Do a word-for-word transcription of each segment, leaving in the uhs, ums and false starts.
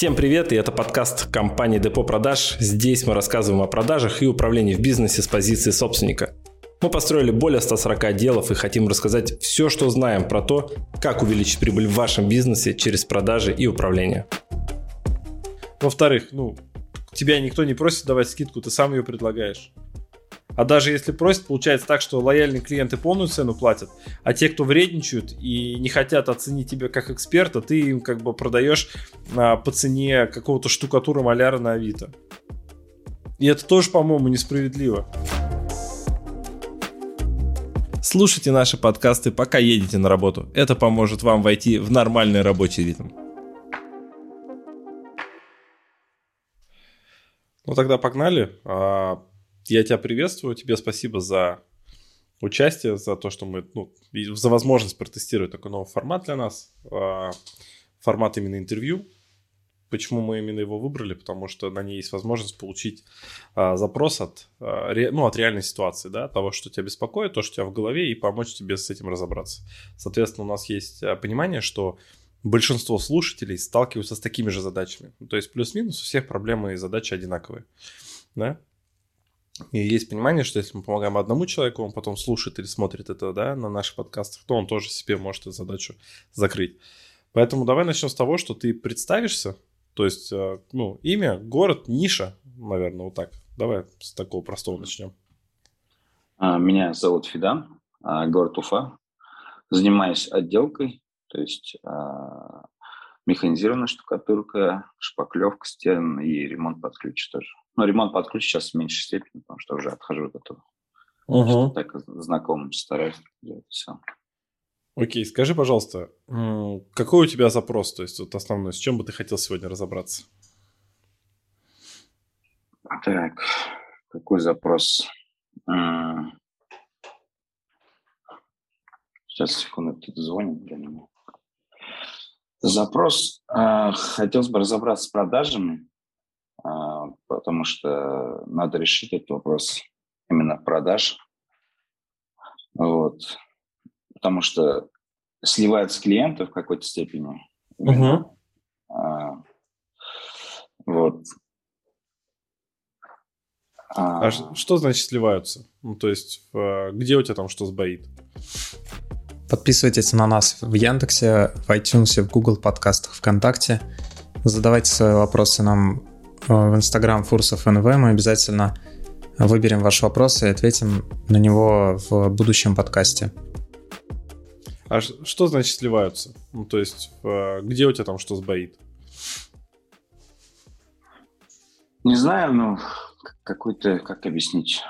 Всем привет, и это подкаст компании Депо Продаж. Здесь мы рассказываем о продажах и управлении в бизнесе с позиции собственника. Мы построили более ста сорока отделов и хотим рассказать все, что знаем про то, как увеличить прибыль в вашем бизнесе через продажи и управление. Во-вторых, ну, тебя никто не просит давать скидку, ты сам ее предлагаешь. А даже если просят, получается так, что лояльные клиенты полную цену платят, а те, кто вредничают и не хотят оценить тебя как эксперта, ты им как бы продаешь а, по цене какого-то штукатура маляра на Авито. И это тоже, по-моему, несправедливо. Слушайте наши подкасты, пока едете на работу. Это поможет вам войти в нормальный рабочий ритм. Ну тогда погнали. Я тебя приветствую, тебе спасибо за участие, за то, что мы, ну, за возможность протестировать такой новый формат для нас, формат именно интервью. Почему мы именно его выбрали? Потому что на ней есть возможность получить запрос от, ну, от реальной ситуации, да, того, что тебя беспокоит, то, что у тебя в голове, и помочь тебе с этим разобраться. Соответственно, у нас есть понимание, что большинство слушателей сталкиваются с такими же задачами. То есть плюс-минус у всех проблемы и задачи одинаковые, да? И есть понимание, что если мы помогаем одному человеку, он потом слушает или смотрит это, да, на наших подкастах, то он тоже себе может эту задачу закрыть. Поэтому давай начнем с того, что ты представишься, то есть, ну, имя, город, ниша, наверное, вот так. Давай с такого простого начнем. Меня зовут Фидан, город Уфа. Занимаюсь отделкой, то есть механизированная штукатурка, шпаклевка стен и ремонт под ключ тоже. Но ремонт под ключ сейчас в меньшей степени, потому что уже отхожу от этого. Угу. Так знакомым стараюсь делать все. Окей, скажи, пожалуйста, какой у тебя запрос, то есть вот основной, с чем бы ты хотел сегодня разобраться? Так, какой запрос? Сейчас, секунду, кто-то звонит для меня. Запрос. Хотелось бы разобраться с продажами, потому что надо решить этот вопрос именно продаж. Вот. Потому что сливаются клиенты в какой-то степени. Угу. А, вот. А, а что значит сливаются? Ну, то есть, где у тебя там что сбоит? Подписывайтесь на нас в Яндексе, в iTunes, в Google подкастах, ВКонтакте. Задавайте свои вопросы нам в Instagram Фурсов эн вэ. Мы обязательно выберем ваш вопрос и ответим на него в будущем подкасте. А что значит сливаются? Ну, то есть, где у тебя там что сбоит? Не знаю, ну, какой-то, как объяснить?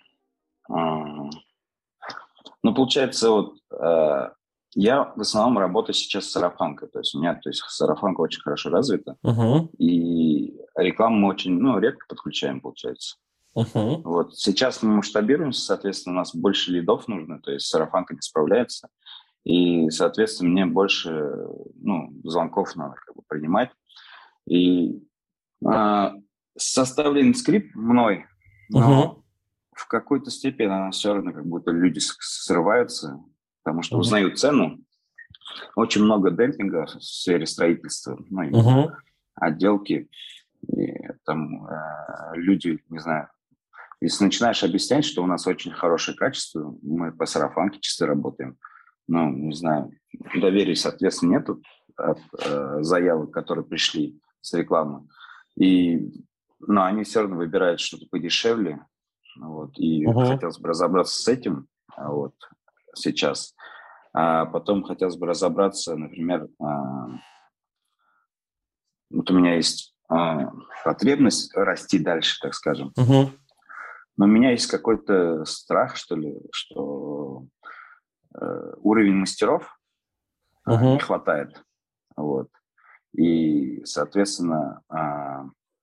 Ну, получается, вот э, я в основном работаю сейчас с сарафанкой. То есть у меня, то есть сарафанка очень хорошо развита. Uh-huh. И рекламу мы очень, ну, редко подключаем, получается. Uh-huh. Вот сейчас мы масштабируемся, соответственно, у нас больше лидов нужно, то есть сарафанка не справляется. И, соответственно, мне больше, ну, звонков надо как бы принимать. И э, составлен скрипт мной, но uh-huh. в какой-то степени она все равно как будто люди срываются, потому что uh-huh. узнают цену. Очень много демпинга в сфере строительства, ну, uh-huh. отделки. И там э, люди, не знаю, если начинаешь объяснять, что у нас очень хорошее качество, мы по сарафанке чисто работаем, ну, не знаю, доверия, соответственно, нету от э, заявок, которые пришли с рекламы. И, но они все равно выбирают что-то подешевле. Вот, и uh-huh. хотелось бы разобраться с этим вот, сейчас. А потом хотелось бы разобраться, например, а, вот у меня есть а, потребность расти дальше, так скажем. Uh-huh. Но у меня есть какой-то страх, что ли, что э, уровень мастеров uh-huh. не хватает. Вот. И, соответственно, а,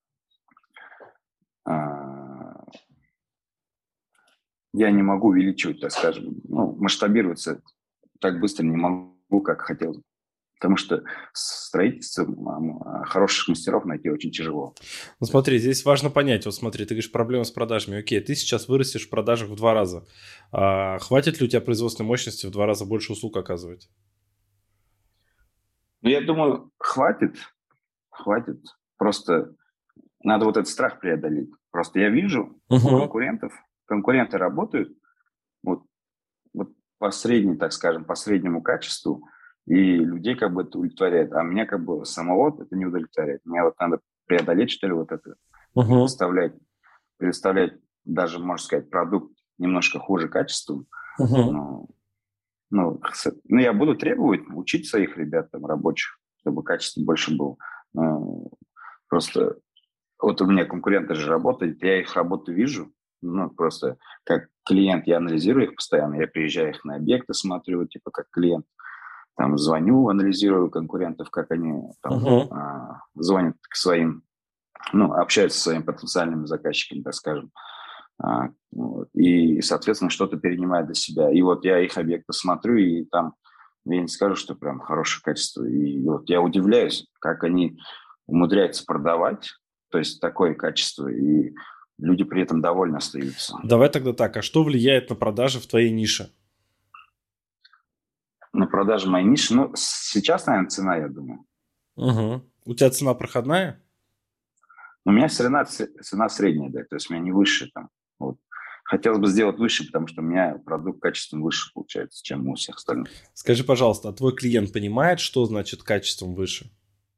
а, я не могу увеличивать, так скажем, ну, масштабироваться так быстро не могу, как хотел. Потому что строительством хороших мастеров найти очень тяжело. Ну смотри, здесь важно понять. Вот смотри, ты говоришь, проблема с продажами. Окей, ты сейчас вырастешь в продажах в два раза. А хватит ли у тебя производственной мощности в два раза больше услуг оказывать? Ну, я думаю, хватит. хватит. Просто надо вот этот страх преодолеть. Просто я вижу uh-huh. у конкурентов, конкуренты работают вот, вот по средней, так скажем, по среднему качеству, и людей как бы это удовлетворяет, а меня как бы самого это не удовлетворяет. Мне вот надо преодолеть, что ли, вот это, uh-huh. представлять, представлять даже, можно сказать, продукт немножко хуже качеством. Uh-huh. Но, ну, ну, я буду требовать, учить своих ребят, там, рабочих, чтобы качество больше было. Но просто вот у меня конкуренты же работают, я их работу вижу, ну, просто как клиент я анализирую их постоянно, я приезжаю их на объекты, смотрю, типа, как клиент, там, звоню, анализирую конкурентов, как они там, uh-huh. а, звонят к своим, ну, общаются со своими потенциальными заказчиками, так скажем, а, вот, и, соответственно, что-то перенимаю для себя. И вот я их объекты смотрю, и там, я не скажу, что прям хорошее качество, и вот я удивляюсь, как они умудряются продавать, то есть такое качество, и люди при этом довольны остаются. Давай тогда так, а что влияет на продажи в твоей нише? На продажи моей ниши? Ну, сейчас, наверное, цена, я думаю. Угу. У тебя цена проходная? У меня цена, цена средняя, да, то есть у меня не выше там. Вот. Хотелось бы сделать выше, потому что у меня продукт качеством выше получается, чем у всех остальных. Скажи, пожалуйста, а твой клиент понимает, что значит качеством выше?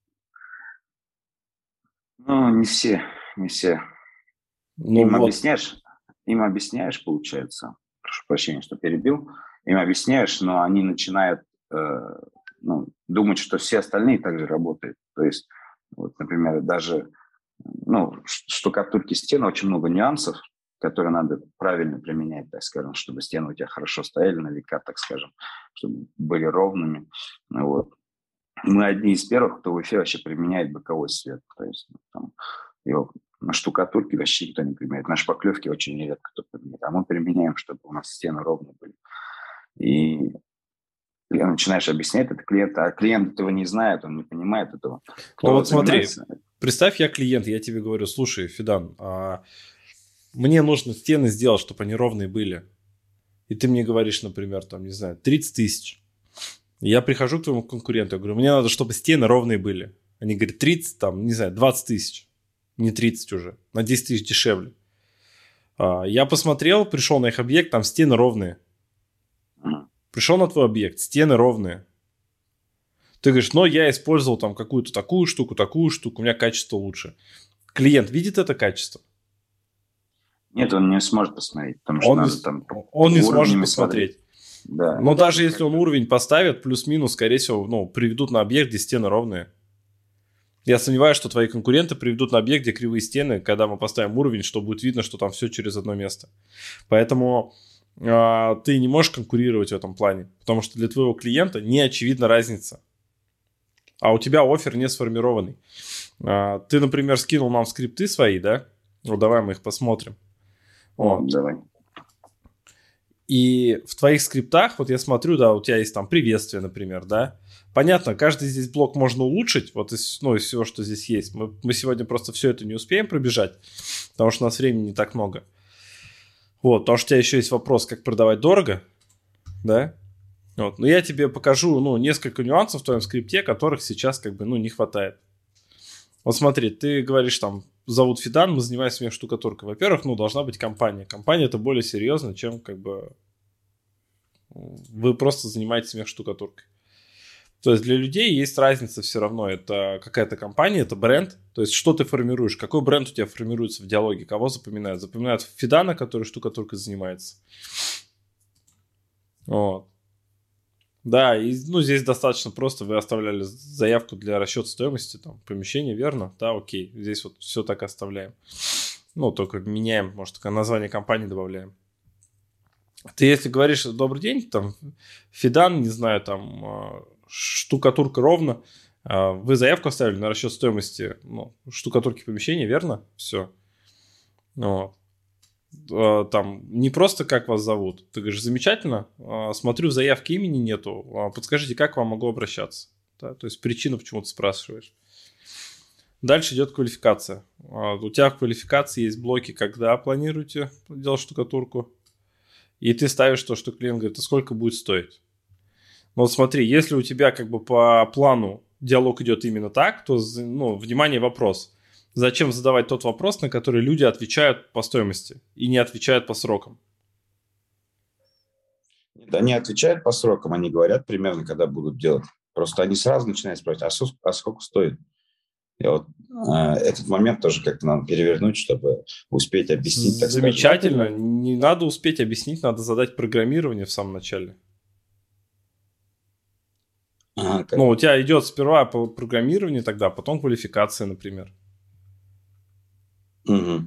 Ну, не все, не все. Ну, им вот. объясняешь, им объясняешь, получается, прошу прощения, что перебил, им объясняешь, но они начинают э, ну, думать, что все остальные также работают. То есть, вот, например, даже ну, штукатурки стен очень много нюансов, которые надо правильно применять, так скажем, чтобы стены у тебя хорошо стояли на века, так скажем, чтобы были ровными. Вот. Мы одни из первых, кто в эфире вообще применяет боковой свет. То есть там, его на штукатурке вообще никто не применяет. На шпаклевке очень редко кто применяет. А мы применяем, чтобы у нас стены ровные были. И начинаешь объяснять это клиенту, а клиент этого не знает, он не понимает этого. Кто ну вот смотри, представь, я клиент, я тебе говорю, слушай, Фидан, а мне нужно стены сделать, чтобы они ровные были. И ты мне говоришь, например, там, не знаю, тридцать тысяч. Я прихожу к твоему конкуренту, я говорю, мне надо, чтобы стены ровные были. Они говорят, тридцать, там, не знаю, двадцать тысяч. Не тридцать уже, на десять тысяч дешевле. Я посмотрел, пришел на их объект, там стены ровные. Пришел на твой объект, стены ровные. Ты говоришь, но я использовал там какую-то такую штуку, такую штуку, у меня качество лучше. Клиент видит это качество? Нет, он не сможет посмотреть, потому что он надо не, там Он не сможет посмотреть. Смотреть. Да. Но даже если он уровень поставит, плюс-минус, скорее всего, ну, приведут на объект, где стены ровные. Я сомневаюсь, что твои конкуренты приведут на объект, где кривые стены, когда мы поставим уровень, что будет видно, что там все через одно место. Поэтому э, ты не можешь конкурировать в этом плане, потому что для твоего клиента не очевидна разница. А у тебя оффер не сформированный. Э, ты, например, скинул нам скрипты свои, да? Ну, давай мы их посмотрим. О, вот. Давай. И в твоих скриптах, вот я смотрю, да, у тебя есть там приветствие, например, да. Понятно, каждый здесь блок можно улучшить, вот из, ну, из всего, что здесь есть. Мы, мы сегодня просто все это не успеем пробежать, потому что у нас времени не так много. Вот, потому что у тебя еще есть вопрос, как продавать дорого, да. Вот, но я тебе покажу, ну, несколько нюансов в твоем скрипте, которых сейчас, как бы, ну, не хватает. Вот смотри, ты говоришь там, зовут Фидан, мы занимаемся мех-штукатуркой. Во-первых, ну, должна быть компания. Компания это более серьезно, чем как бы вы просто занимаетесь мех-штукатуркой. То есть для людей есть разница все равно. Это какая-то компания, это бренд. То есть что ты формируешь, какой бренд у тебя формируется в диалоге, кого запоминают? Запоминают Фидана, который штукатуркой занимается. Вот. Да, и, ну, здесь достаточно просто. Вы оставляли заявку для расчета стоимости там, помещения, верно? Да, окей. Здесь вот все так оставляем. Ну, только меняем, может, только название компании добавляем. Ты если говоришь, добрый день, там, Фидан, не знаю, там, штукатурка ровно, вы заявку оставили на расчет стоимости, ну, штукатурки помещения, верно? Все. Вот. Там не просто как вас зовут. Ты говоришь, замечательно, смотрю, в заявке имени нету, подскажите, как к вам могу обращаться. Да? То есть причину почему ты спрашиваешь. Дальше идет квалификация. У тебя в квалификации есть блоки, когда планируете делать штукатурку, и ты ставишь то, что клиент говорит, а сколько будет стоить. Ну вот смотри, если у тебя как бы по плану диалог идет именно так, то, ну, внимание, вопрос. Зачем задавать тот вопрос, на который люди отвечают по стоимости и не отвечают по срокам? Они отвечают по срокам, они говорят примерно, когда будут делать. Просто они сразу начинают спрашивать, а, со, а сколько стоит? И вот э, этот момент тоже как-то надо перевернуть, чтобы успеть объяснить. Так Замечательно. скажем. Не надо успеть объяснить, надо задать программирование в самом начале. Ага, как... Ну, у тебя идет сперва программирование тогда, потом квалификация, например. Угу.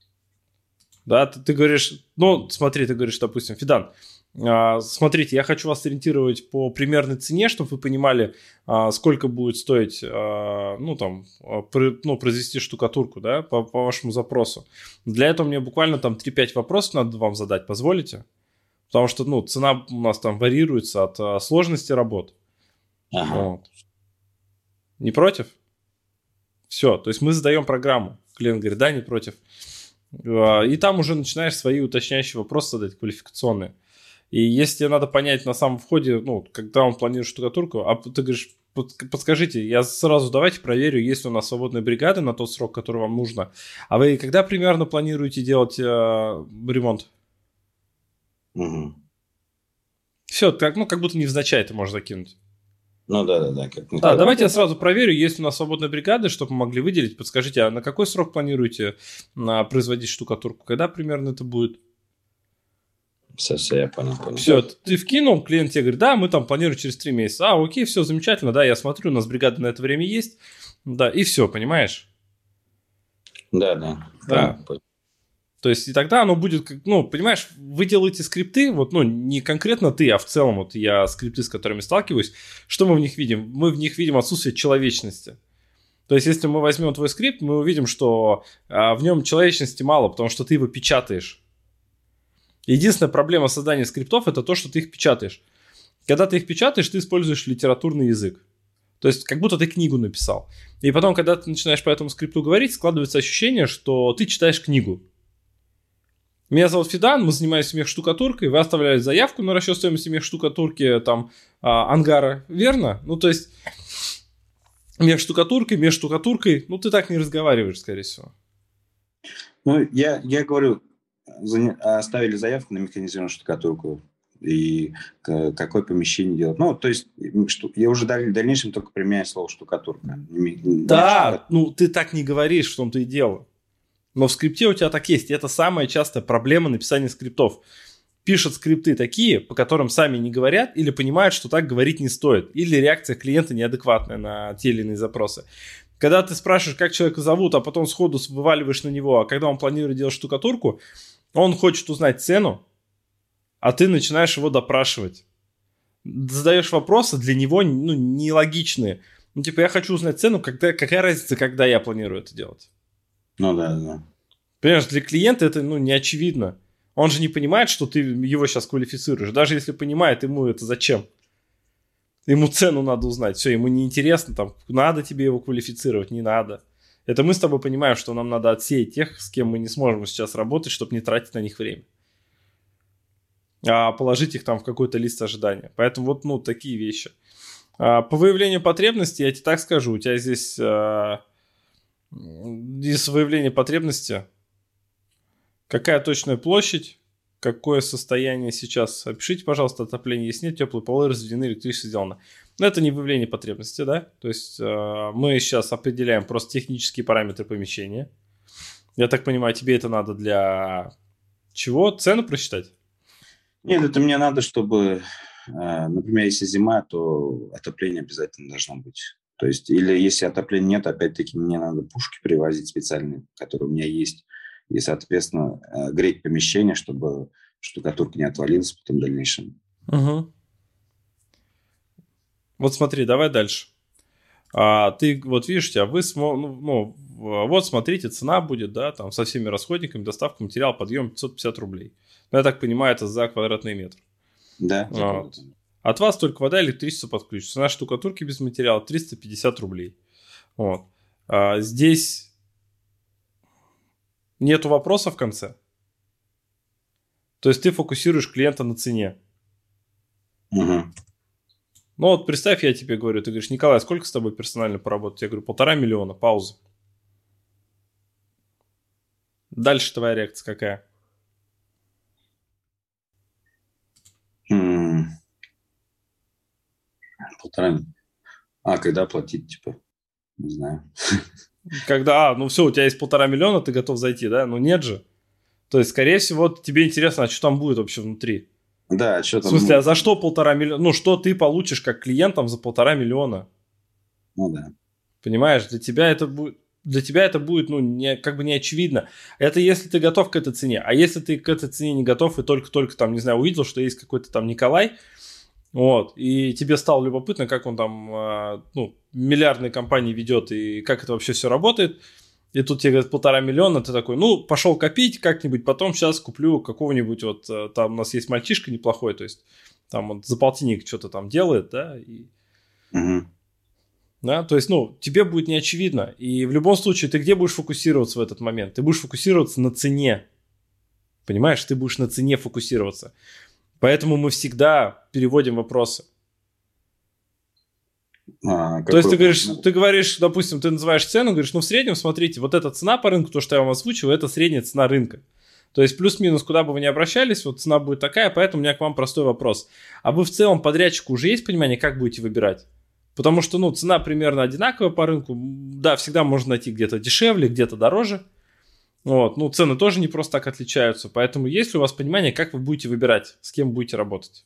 Да, ты, ты говоришь, ну, смотри, ты говоришь, допустим, Фидан, а, смотрите, я хочу вас ориентировать по примерной цене, чтобы вы понимали, а, сколько будет стоить, а, ну, там, а, при, ну, произвести штукатурку, да, по, по вашему запросу. Для этого мне буквально там три-пять вопросов надо вам задать, позволите? Потому что, ну, цена у нас там варьируется от а, сложности работ. Ага. Вот. Не против? Все, то есть мы задаем программу. Клиент говорит, да, не против. И там уже начинаешь свои уточняющие вопросы задать, квалификационные. И если тебе надо понять на самом входе, ну, когда он планирует штукатурку, а ты говоришь, подскажите, я сразу давайте проверю, есть ли у нас свободные бригады на тот срок, который вам нужно. А вы когда примерно планируете делать э, ремонт? Угу. Все, как, ну, как будто невзначай ты можешь закинуть. Ну да, да, да. Как... Да, давайте я сразу проверю, есть у нас свободные бригады, чтобы мы могли выделить. Подскажите, а на какой срок планируете а, производить штукатурку? Когда примерно это будет? Все, все, я понял, понял. Все, ты вкинул, клиент тебе говорит, да, мы там планируем через три месяца. А, окей, все, замечательно, да, я смотрю, у нас бригады на это время есть. Да, и все, понимаешь? Да, да. Да. Понял. То есть, и тогда оно будет, ну, понимаешь, вы делаете скрипты, вот, ну, не конкретно ты, а в целом, вот я скрипты, с которыми сталкиваюсь, что мы в них видим? Мы в них видим отсутствие человечности. То есть, если мы возьмем твой скрипт, мы увидим, что а, в нем человечности мало, потому что ты его печатаешь. Единственная проблема создания скриптов – это то, что ты их печатаешь. Когда ты их печатаешь, ты используешь литературный язык. То есть, как будто ты книгу написал. И потом, когда ты начинаешь по этому скрипту говорить, складывается ощущение, что ты читаешь книгу. Меня зовут Фидан, мы занимаемся мехштукатуркой, вы оставляли заявку на расчет стоимости мехштукатурки, там, а, ангара, верно? Ну, то есть, мехштукатуркой, мехштукатуркой, ну, ты так не разговариваешь, скорее всего. Ну, я, я говорю, за, оставили заявку на механизированную штукатурку, и к, какое помещение делать. Ну, то есть, что, я уже в дальнейшем только применяю слово штукатурка. Да, ну, ты так не говоришь, в том-то и дело. Но в скрипте у тебя так есть. И это самая частая проблема написания скриптов. Пишут скрипты такие, по которым сами не говорят или понимают, что так говорить не стоит. Или реакция клиента неадекватная на те или иные запросы. Когда ты спрашиваешь, как человека зовут, а потом сходу вываливаешь на него, а когда он планирует делать штукатурку, он хочет узнать цену, а ты начинаешь его допрашивать. Задаешь вопросы для него, ну, нелогичные. Ну, типа, я хочу узнать цену, когда, какая разница, когда я планирую это делать. Ну да, да. Понимаешь, для клиента это, ну, не очевидно. Он же не понимает, что ты его сейчас квалифицируешь. Даже если понимает, ему это зачем? Ему цену надо узнать. Все, ему неинтересно, там, надо тебе его квалифицировать, не надо. Это мы с тобой понимаем, что нам надо отсеять тех, с кем мы не сможем сейчас работать, чтобы не тратить на них время. А положить их там в какой-то лист ожидания. Поэтому вот, ну, такие вещи. А, по выявлению потребностей, я тебе так скажу, у тебя здесь... А, из выявления потребности, какая точная площадь, какое состояние сейчас, опишите, пожалуйста, отопление есть, нет, теплые полы разведены, электричество сделано. Но это не выявление потребности, да, то есть э, мы сейчас определяем просто технические параметры помещения. Я так понимаю, тебе это надо для чего? Цену просчитать? Нет, это мне надо, чтобы, э, например, если зима, то отопление обязательно должно быть. То есть, или если отопления нет, опять-таки мне надо пушки привозить специальные, которые у меня есть, и, соответственно, греть помещение, чтобы штукатурка не отвалилась потом в дальнейшем. Угу. Вот смотри, давай дальше. А, ты вот видишь, а вы, смо... ну, ну, вот смотрите, цена будет, да, там со всеми расходниками, доставка материала, подъем пятьсот пятьдесят рублей. Ну, я так понимаю, это за квадратный метр. Да. Вот. От вас только вода и электричество подключится. Цена штукатурки без материала триста пятьдесят рублей. Вот. А здесь нету вопроса в конце. То есть ты фокусируешь клиента на цене. Угу. Ну вот представь, я тебе говорю, ты говоришь, Николай, сколько с тобой персонально поработать? Я говорю, полтора миллиона, пауза. Дальше твоя реакция какая? М, Полтора. А, когда платить, типа? Не знаю. Когда, а, ну все, у тебя есть полтора миллиона, ты готов зайти, да? Ну нет же. То есть, скорее всего, тебе интересно, а что там будет вообще внутри? Да, а что В там? смысле, ну, а за что полтора миллиона? Ну, что ты получишь как клиентам за полтора миллиона? Ну да. Понимаешь, для тебя это будет... Для тебя это будет, ну, не, как бы не очевидно. Это если ты готов к этой цене. А если ты к этой цене не готов и только-только там, не знаю, увидел, что есть какой-то там Николай, вот, и тебе стало любопытно, как он там, э, ну, миллиардные компании ведет и как это вообще все работает, и тут тебе говорят полтора миллиона, ты такой, ну, пошел копить как-нибудь, потом сейчас куплю какого-нибудь, вот, э, там у нас есть мальчишка неплохой, то есть, там вот за полтинник что-то там делает, да, и... Угу. Да, то есть, ну, тебе будет не очевидно. И в любом случае, ты где будешь фокусироваться в этот момент? Ты будешь фокусироваться на цене. Понимаешь, ты будешь на цене фокусироваться. Поэтому мы всегда переводим вопросы. А, То есть ты какой- говоришь, ну, ты говоришь, допустим, ты называешь цену, говоришь, ну в среднем, смотрите, вот эта цена по рынку, то, что я вам озвучиваю, это средняя цена рынка. То есть плюс-минус, куда бы вы ни обращались, вот цена будет такая, поэтому у меня к вам простой вопрос. А вы в целом подрядчику уже есть понимание, как будете выбирать? Потому что, ну, цена примерно одинаковая по рынку. Да, всегда можно найти где-то дешевле, где-то дороже. Вот, ну, цены тоже не просто так отличаются. Поэтому есть ли у вас понимание, как вы будете выбирать, с кем будете работать?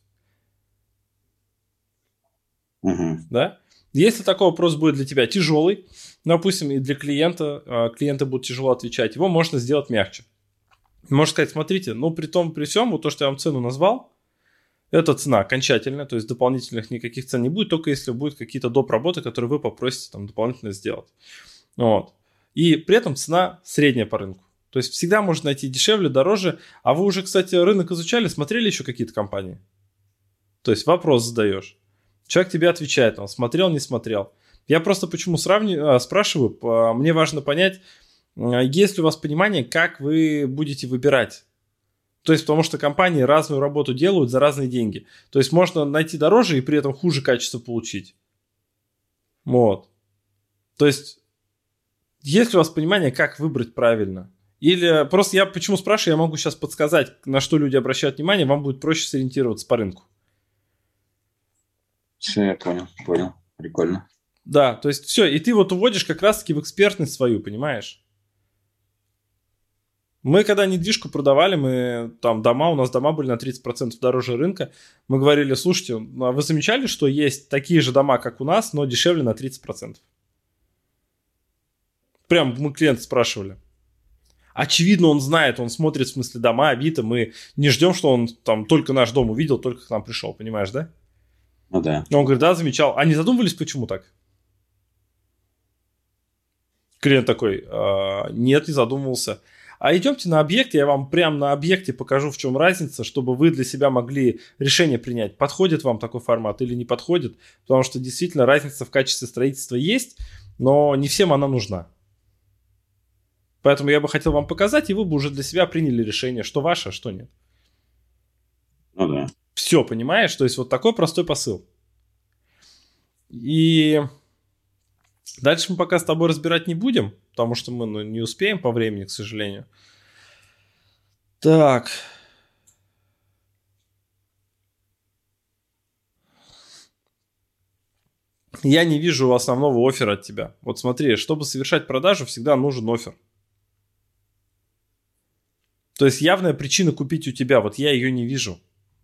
Угу. Да? Если такой вопрос будет для тебя тяжелый, допустим, и для клиента, э, клиенты будут тяжело отвечать, его можно сделать мягче. Можно сказать, смотрите, ну, при том, при всем, вот то, что я вам цену назвал, это цена окончательная, то есть дополнительных никаких цен не будет, только если будут какие-то доп. Работы, которые вы попросите там дополнительно сделать. Вот. И при этом цена средняя по рынку. То есть всегда можно найти дешевле, дороже. А вы уже, кстати, рынок изучали, смотрели еще какие-то компании? То есть вопрос задаешь. Человек тебе отвечает, он смотрел, не смотрел. Я просто почему сравни... спрашиваю, по- мне важно понять, э, есть ли у вас понимание, как вы будете выбирать. То есть, потому что компании разную работу делают за разные деньги. То есть, можно найти дороже и при этом хуже качество получить. Вот. То есть, есть ли у вас понимание, как выбрать правильно? Или просто я почему спрашиваю, я могу сейчас подсказать, на что люди обращают внимание, вам будет проще сориентироваться по рынку. Все, я понял, понял. Прикольно. Да, то есть все, и ты вот уводишь как раз-таки в экспертность свою, понимаешь? Мы когда недвижку продавали, мы там дома, у нас дома были на тридцать процентов дороже рынка. Мы говорили, слушайте, ну, а вы замечали, что есть такие же дома, как у нас, но дешевле на тридцать процентов? Прям мы клиента спрашивали. Очевидно, он знает, он смотрит, в смысле, дома, Авито. Мы не ждем, что он там только наш дом увидел, только к нам пришел, понимаешь, да? Ну да. Он говорит, да, замечал. А не задумывались, почему так? Клиент такой, «А, нет, не задумывался. А идемте на объект, я вам прямо на объекте покажу, в чем разница, чтобы вы для себя могли решение принять, подходит вам такой формат или не подходит, потому что действительно разница в качестве строительства есть, но не всем она нужна. Поэтому я бы хотел вам показать, и вы бы уже для себя приняли решение, что ваше, а что нет. Ну да. Все, понимаешь? То есть вот такой простой посыл. И дальше мы пока с тобой разбирать не будем, потому что мы ну, не успеем по времени, к сожалению. Так. Я не вижу основного оффера от тебя. Вот смотри, чтобы совершать продажу, всегда нужен оффер. То есть явная причина купить у тебя, вот я ее не вижу.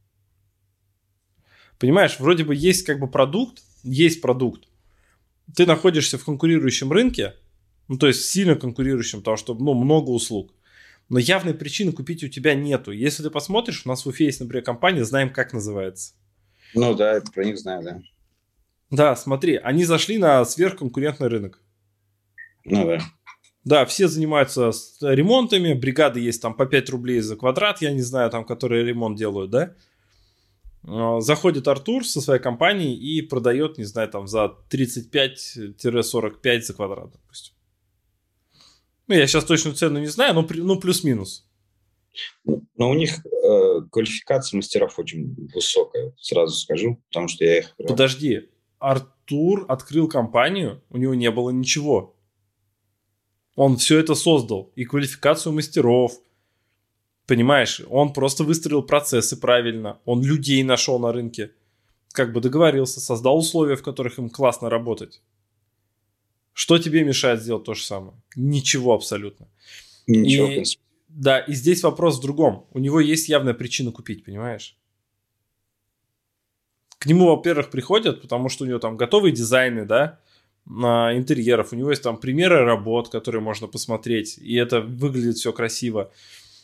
Понимаешь, вроде бы есть как бы продукт, есть продукт. Ты находишься в конкурирующем рынке, ну то есть сильно конкурирующем, потому что ну, много услуг. Но явной причины купить у тебя нету. Если ты посмотришь, у нас в Уфе есть, например, компания, знаем, как называется. Ну да, это про них знаю, да. Да, смотри, они зашли на сверхконкурентный рынок. Ну да. Да, все занимаются ремонтами, бригады есть там по пять рублей за квадрат, я не знаю, там, которые ремонт делают, да. Заходит Артур со своей компанией и продает, не знаю, там за тридцать пять - сорок пять за квадрат, допустим. Ну, я сейчас точную цену не знаю, но ну, плюс-минус. Но у них э, квалификация мастеров очень высокая, сразу скажу, потому что я их... Подожди, Артур открыл компанию, у него не было ничего. Он все это создал, и квалификацию мастеров, понимаешь, он просто выстроил процессы правильно, он людей нашел на рынке, как бы договорился, создал условия, в которых им классно работать. Что тебе мешает сделать то же самое? Ничего абсолютно. Ничего, и, да, и здесь вопрос в другом. У него есть явная причина купить, понимаешь? К нему, во-первых, приходят, потому что у него там готовые дизайны, да, на интерьеров. У него есть там примеры работ, которые можно посмотреть, и это выглядит все красиво.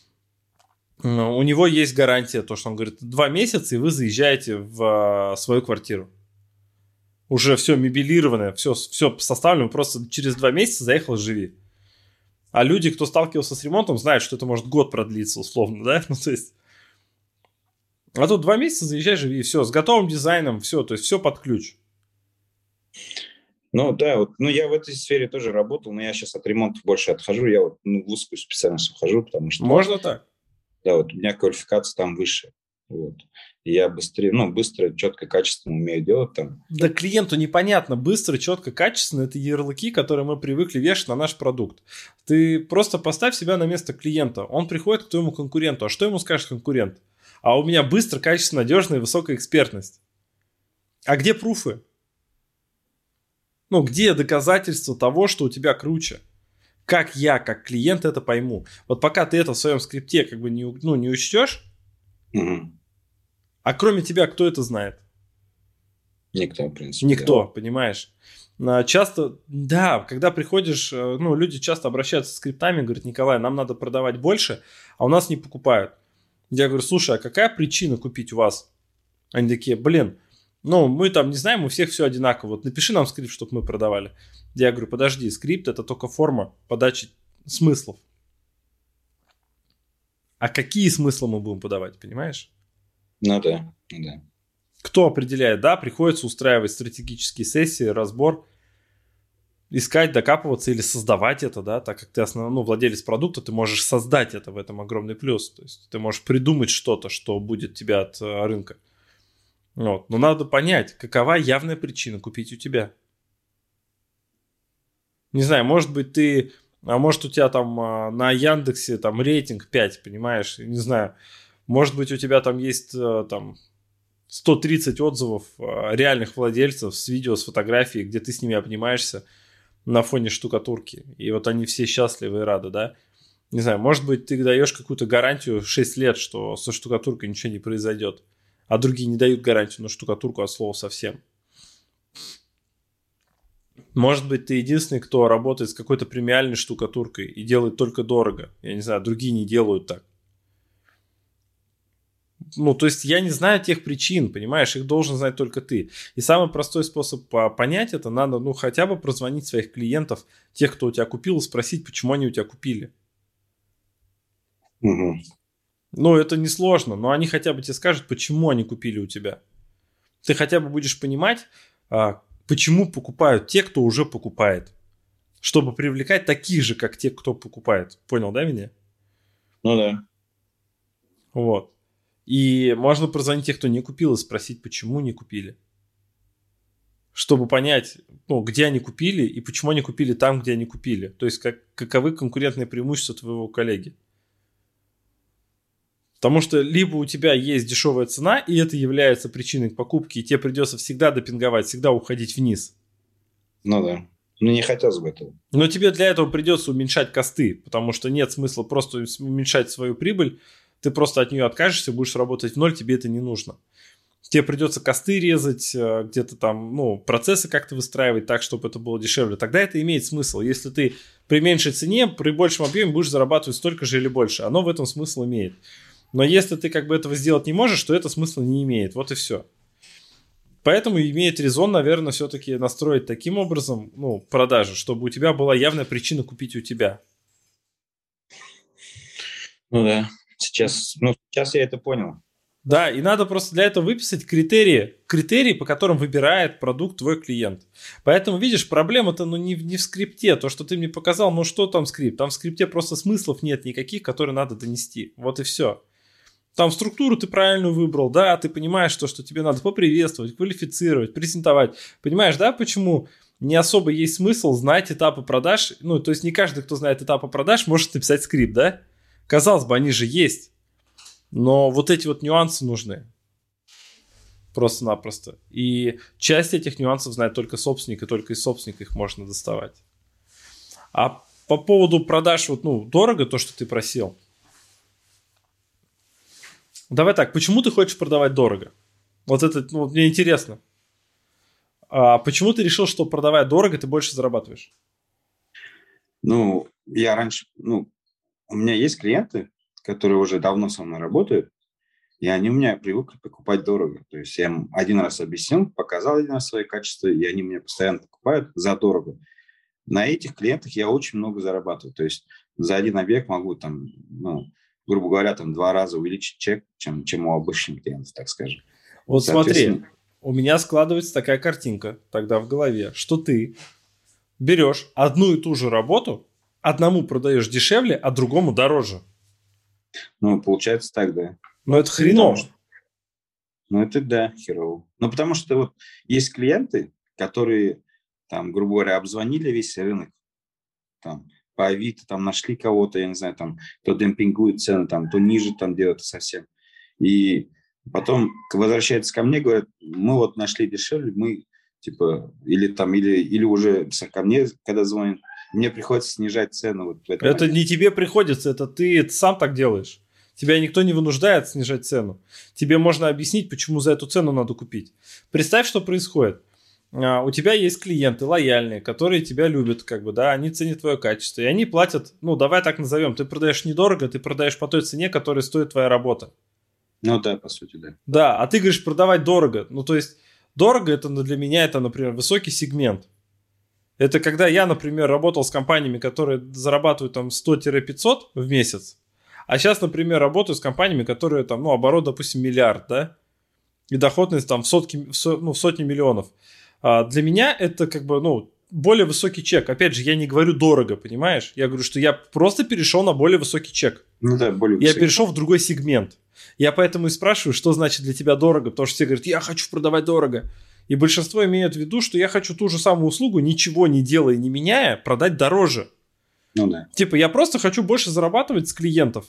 У него есть гарантия, то, что он говорит, два месяца, и вы заезжаете в свою квартиру. Уже все мебелированное, все, все составлено, просто через два месяца заехал, живи. А люди, кто сталкивался с ремонтом, знают, что это может год продлиться, условно, да? Ну, то есть... А тут два месяца заезжай, живи, все, с готовым дизайном, все, то есть все под ключ. Ну, да, вот, ну, я в этой сфере тоже работал, но я сейчас от ремонта больше отхожу, я вот ну, в узкую специальность ухожу, потому что... Можно так? Да, вот у меня квалификация там выше. Вот. И я быстрее, ну, быстро, четко, качественно умею делать там. Да клиенту непонятно, быстро, четко, качественно. Это ярлыки, которые мы привыкли вешать на наш продукт. Ты просто поставь себя на место клиента. Он приходит к твоему конкуренту. А что ему скажет конкурент? А у меня быстро, качественно, надежно и высокая экспертность. А где пруфы? Ну, где доказательства того, что у тебя круче? Как я, как клиент, это пойму? Вот пока ты это в своем скрипте как бы не, ну, не учтешь, угу. А кроме тебя, кто это знает? Никто, в принципе. Никто, да. Понимаешь? Часто, да, когда приходишь, ну, люди часто обращаются с скриптами, говорят, Николай, нам надо продавать больше, а у нас не покупают. Я говорю, слушай, а какая причина купить у вас? Они такие, блин, ну, мы там не знаем, у всех все одинаково. Вот напиши нам скрипт, чтобы мы продавали. Я говорю, подожди, скрипт это только форма подачи смыслов. А какие смыслы мы будем подавать, понимаешь? Ну да, ну да. Кто определяет? Да, приходится устраивать стратегические сессии, разбор, искать, докапываться или создавать это, да, так как ты основной, ну, владелец продукта, ты можешь создать это, в этом огромный плюс. То есть ты можешь придумать что-то, что будет тебя от э, рынка. Вот. Но надо понять, какова явная причина купить у тебя. Не знаю, может быть ты, а может у тебя там э, на Яндексе там рейтинг пять, понимаешь, не знаю. Может быть, у тебя там есть там, сто тридцать отзывов реальных владельцев с видео, с фотографией, где ты с ними обнимаешься на фоне штукатурки. И вот они все счастливы и рады, да? Не знаю, может быть, ты даешь какую-то гарантию шесть лет, что со штукатуркой ничего не произойдет, а другие не дают гарантию на штукатурку от слова совсем. Может быть, ты единственный, кто работает с какой-то премиальной штукатуркой и делает только дорого. Я не знаю, другие не делают так. Ну, то есть я не знаю тех причин, понимаешь, их должен знать только ты. И самый простой способ понять это, надо, ну, хотя бы прозвонить своих клиентов, тех, кто у тебя купил, и спросить, почему они у тебя купили. Угу. Ну, это несложно, но они хотя бы тебе скажут, почему они купили у тебя. Ты хотя бы будешь понимать, почему покупают те, кто уже покупает, чтобы привлекать таких же, как те, кто покупает. Понял, да, меня? Ну, да. Вот. И можно прозвонить тех, кто не купил, и спросить, почему не купили. Чтобы понять, ну, где они купили и почему они купили там, где они купили. То есть, как, каковы конкурентные преимущества твоего коллеги. Потому что либо у тебя есть дешевая цена, и это является причиной покупки, и тебе придется всегда допинговать, всегда уходить вниз. Ну да. Ну, не хотелось бы этого. Но тебе для этого придется уменьшать косты, потому что нет смысла просто уменьшать свою прибыль. Ты просто от нее откажешься, будешь работать в ноль, тебе это не нужно. Тебе придется косты резать, где-то там, ну, процессы как-то выстраивать так, чтобы это было дешевле. Тогда это имеет смысл. Если ты при меньшей цене, при большем объеме будешь зарабатывать столько же или больше. Оно в этом смысл имеет. Но если ты как бы этого сделать не можешь, то это смысла не имеет. Вот и все. Поэтому имеет резон, наверное, все-таки настроить таким образом, ну, продажи, чтобы у тебя была явная причина купить у тебя. Ну да. Сейчас, ну, сейчас я это понял. Да, и надо просто для этого выписать критерии, критерии, по которым выбирает продукт твой клиент. Поэтому, видишь, проблема-то ну, не, не в скрипте. То, что ты мне показал, ну что там скрипт? Там в скрипте просто смыслов нет никаких, которые надо донести. Вот и все. Там структуру ты правильно выбрал, да, ты понимаешь, то, что тебе надо поприветствовать, квалифицировать, презентовать. Понимаешь, да, почему не особо есть смысл знать этапы продаж? Ну, то есть не каждый, кто знает этапы продаж, может написать скрипт, да? Казалось бы, они же есть. Но вот эти вот нюансы нужны. Просто-напросто. И часть этих нюансов знает только собственник, и только из собственника их можно доставать. А по поводу продаж, вот, ну, дорого то, что ты просил. Давай так, почему ты хочешь продавать дорого? Вот это, ну, мне интересно. А почему ты решил, что продавая дорого, ты больше зарабатываешь? Ну, я раньше, ну, у меня есть клиенты, которые уже давно со мной работают, и они у меня привыкли покупать дорого. То есть я им один раз объяснил, показал один раз свои качества, и они меня постоянно покупают за дорого. На этих клиентах я очень много зарабатываю. То есть за один объект могу там, ну, грубо говоря, там два раза увеличить чек, чем, чем у обычных клиентов, так скажем. Вот смотри, у меня складывается такая картинка тогда в голове, что ты берешь одну и ту же работу, одному продаешь дешевле, а другому дороже. Ну, получается так, да. Но это хреново. Ну, это да, херово. Ну, потому что вот есть клиенты, которые, там, грубо говоря, обзвонили весь рынок, там, по Авито, там, нашли кого-то, я не знаю, там, то демпингует цены, там, то ниже там делают совсем. И потом возвращаются ко мне, говорят, мы вот нашли дешевле, мы, типа, или там, или, или уже ко мне, когда звонят, мне приходится снижать цену. Вот в этом это моменте. Не тебе приходится, это ты это сам так делаешь. Тебя никто не вынуждает снижать цену. Тебе можно объяснить, почему за эту цену надо купить. Представь, что происходит. А, у тебя есть клиенты лояльные, которые тебя любят, как бы, да, они ценят твое качество, и они платят, ну, давай так назовем, ты продаешь недорого, ты продаешь по той цене, которая стоит твоя работа. Ну да, по сути, да. Да, а ты говоришь продавать дорого. Ну, то есть, дорого это для меня, это, например, высокий сегмент. Это когда я, например, работал с компаниями, которые зарабатывают там сто-пятьсот в месяц, а сейчас, например, работаю с компаниями, которые там, ну, оборот, допустим, миллиард, да, и доходность там в сотки, в со, ну, в сотни миллионов. А для меня это как бы, ну, более высокий чек. Опять же, я не говорю дорого, понимаешь? Я говорю, что я просто перешел на более высокий чек. Ну да, более Я высокий. перешел в другой сегмент. Я поэтому и спрашиваю, что значит для тебя дорого, потому что все говорят, я хочу продавать дорого. И большинство имеют в виду, что я хочу ту же самую услугу, ничего не делая, не меняя, продать дороже. Ну да. Типа, я просто хочу больше зарабатывать с клиентов,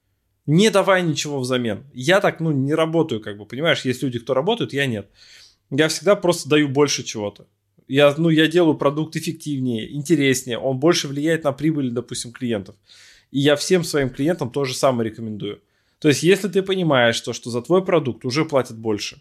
не давая ничего взамен. Я так, ну, не работаю, как бы, понимаешь, есть люди, кто работают, я нет. Я всегда просто даю больше чего-то. Я, ну, я делаю продукт эффективнее, интереснее, он больше влияет на прибыль, допустим, клиентов. И я всем своим клиентам то же самое рекомендую. То есть, если ты понимаешь, то, что за твой продукт уже платят больше,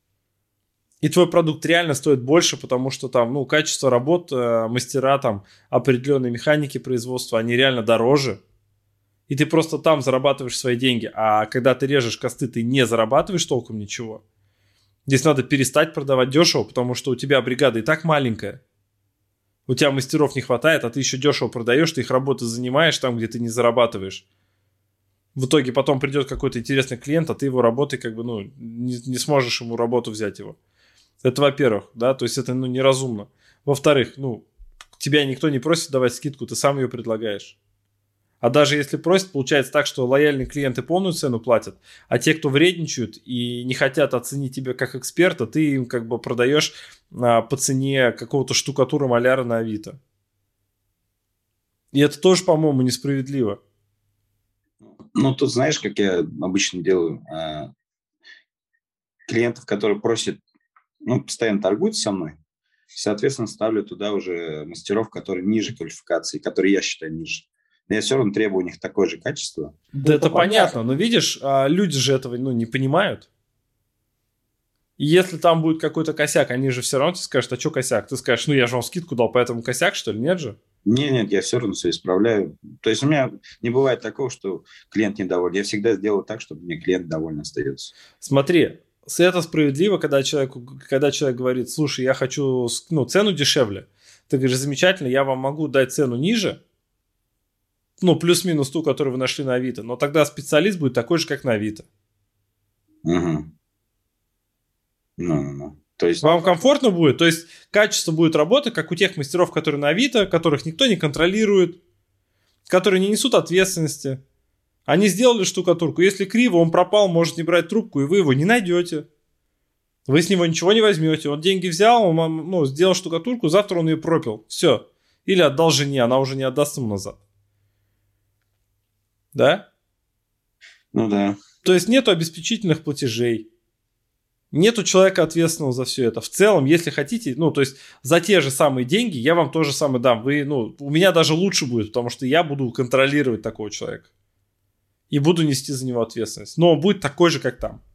и твой продукт реально стоит больше, потому что там, ну, качество работ, мастера, там, определенные механики производства, они реально дороже. И ты просто там зарабатываешь свои деньги. А когда ты режешь косты, ты не зарабатываешь толком ничего. Здесь надо перестать продавать дешево, потому что у тебя бригада и так маленькая. У тебя мастеров не хватает, а ты еще дешево продаешь, ты их работы занимаешь там, где ты не зарабатываешь. В итоге потом придет какой-то интересный клиент, а ты его работой как бы, ну, не, не сможешь ему работу взять его. Это во-первых, да, то есть это, ну, неразумно. Во-вторых, ну, тебя никто не просит давать скидку, ты сам ее предлагаешь. А даже если просят, получается так, что лояльные клиенты полную цену платят, а те, кто вредничают и не хотят оценить тебя как эксперта, ты им как бы продаешь а, по цене какого-то штукатура-маляра на Авито. И это тоже, по-моему, несправедливо. Ну, тут знаешь, как я обычно делаю? Клиентов, которые просят, ну, постоянно торгуют со мной, соответственно, ставлю туда уже мастеров, которые ниже квалификации, которые я считаю ниже. Но я все равно требую у них такое же качество. Да, это понятно, но видишь, люди же этого, ну, не понимают. И если там будет какой-то косяк, они же все равно тебе скажут, а что косяк? Ты скажешь, ну я же вам скидку дал, поэтому косяк, что ли? Нет же? Нет, нет, я все равно все исправляю. То есть у меня не бывает такого, что клиент недоволен. Я всегда сделаю так, чтобы мне клиент доволен остается. Смотри, это справедливо, когда человек, когда человек говорит, слушай, я хочу, ну, цену дешевле. Ты говоришь, замечательно, я вам могу дать цену ниже, ну, плюс-минус ту, которую вы нашли на Авито, но тогда специалист будет такой же, как на Авито. Угу. Ну-ну-ну. То есть... Вам комфортно будет? То есть качество будет работы, как у тех мастеров, которые на Авито, которых никто не контролирует, которые не несут ответственности. Они сделали штукатурку. Если криво, он пропал, может не брать трубку, и вы его не найдете. Вы с него ничего не возьмете. Он деньги взял, он ну, сделал штукатурку, завтра он ее пропил. Все. Или отдал жене, она уже не отдаст ему назад. Да? Ну да. То есть нету обеспечительных платежей. Нету человека ответственного за все это. В целом, если хотите, ну, то есть за те же самые деньги я вам то же самое дам. Вы, ну, у меня даже лучше будет, потому что я буду контролировать такого человека. И буду нести за него ответственность. Но он будет такой же, как там.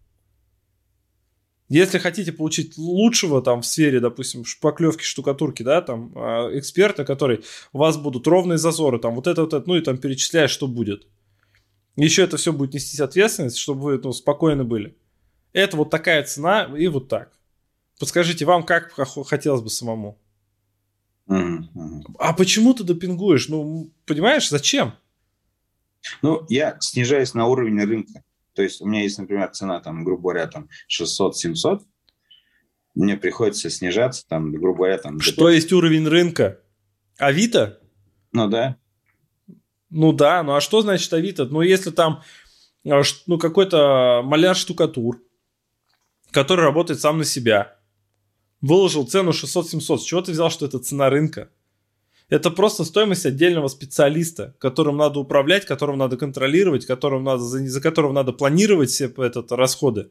Если хотите получить лучшего там в сфере, допустим, шпаклевки, штукатурки, да, там, эксперта, который, у вас будут ровные зазоры, там, вот это, вот это, ну, и там перечисляешь, что будет. Еще это все будет нести ответственность, чтобы вы, ну, спокойны были. Это вот такая цена и вот так. Подскажите, вам как хотелось бы самому? Uh-huh, uh-huh. А почему ты допингуешь? Ну, понимаешь, зачем? Ну, я снижаюсь на уровень рынка. То есть у меня есть, например, цена, там, грубо говоря, там шестьсот-семьсот. Мне приходится снижаться, там, грубо говоря, там... Что есть уровень рынка? Авито? Ну, да. Ну, да. Ну, а что значит Авито? Ну, если там, ну, какой-то маляр-штукатур, который работает сам на себя, выложил цену шестьсот-семьсот. С чего ты взял, что это цена рынка? Это просто стоимость отдельного специалиста, которым надо управлять, которым надо контролировать, которым надо, за, за которым надо планировать все этот, расходы.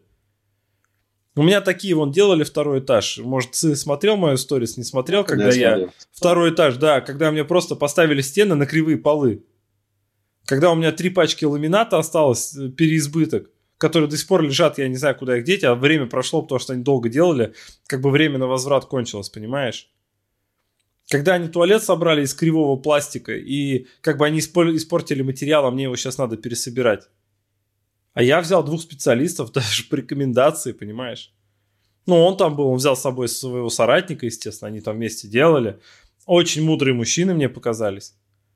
У меня такие вон делали второй этаж. Может, ты смотрел мою сторис, не смотрел, когда да, я... смотрел. Второй этаж, да, когда мне просто поставили стены на кривые полы. Когда у меня три пачки ламината осталось, переизбыток, которые до сих пор лежат, я не знаю, куда их деть, а время прошло, потому что они долго делали, как бы время на возврат кончилось, понимаешь? Когда они туалет собрали из кривого пластика, и как бы они испортили материал, а мне его сейчас надо пересобирать. А я взял двух специалистов, даже по рекомендации, понимаешь? Ну, он там был, он взял с собой своего соратника, естественно, они там вместе делали. Очень мудрые мужчины мне показались.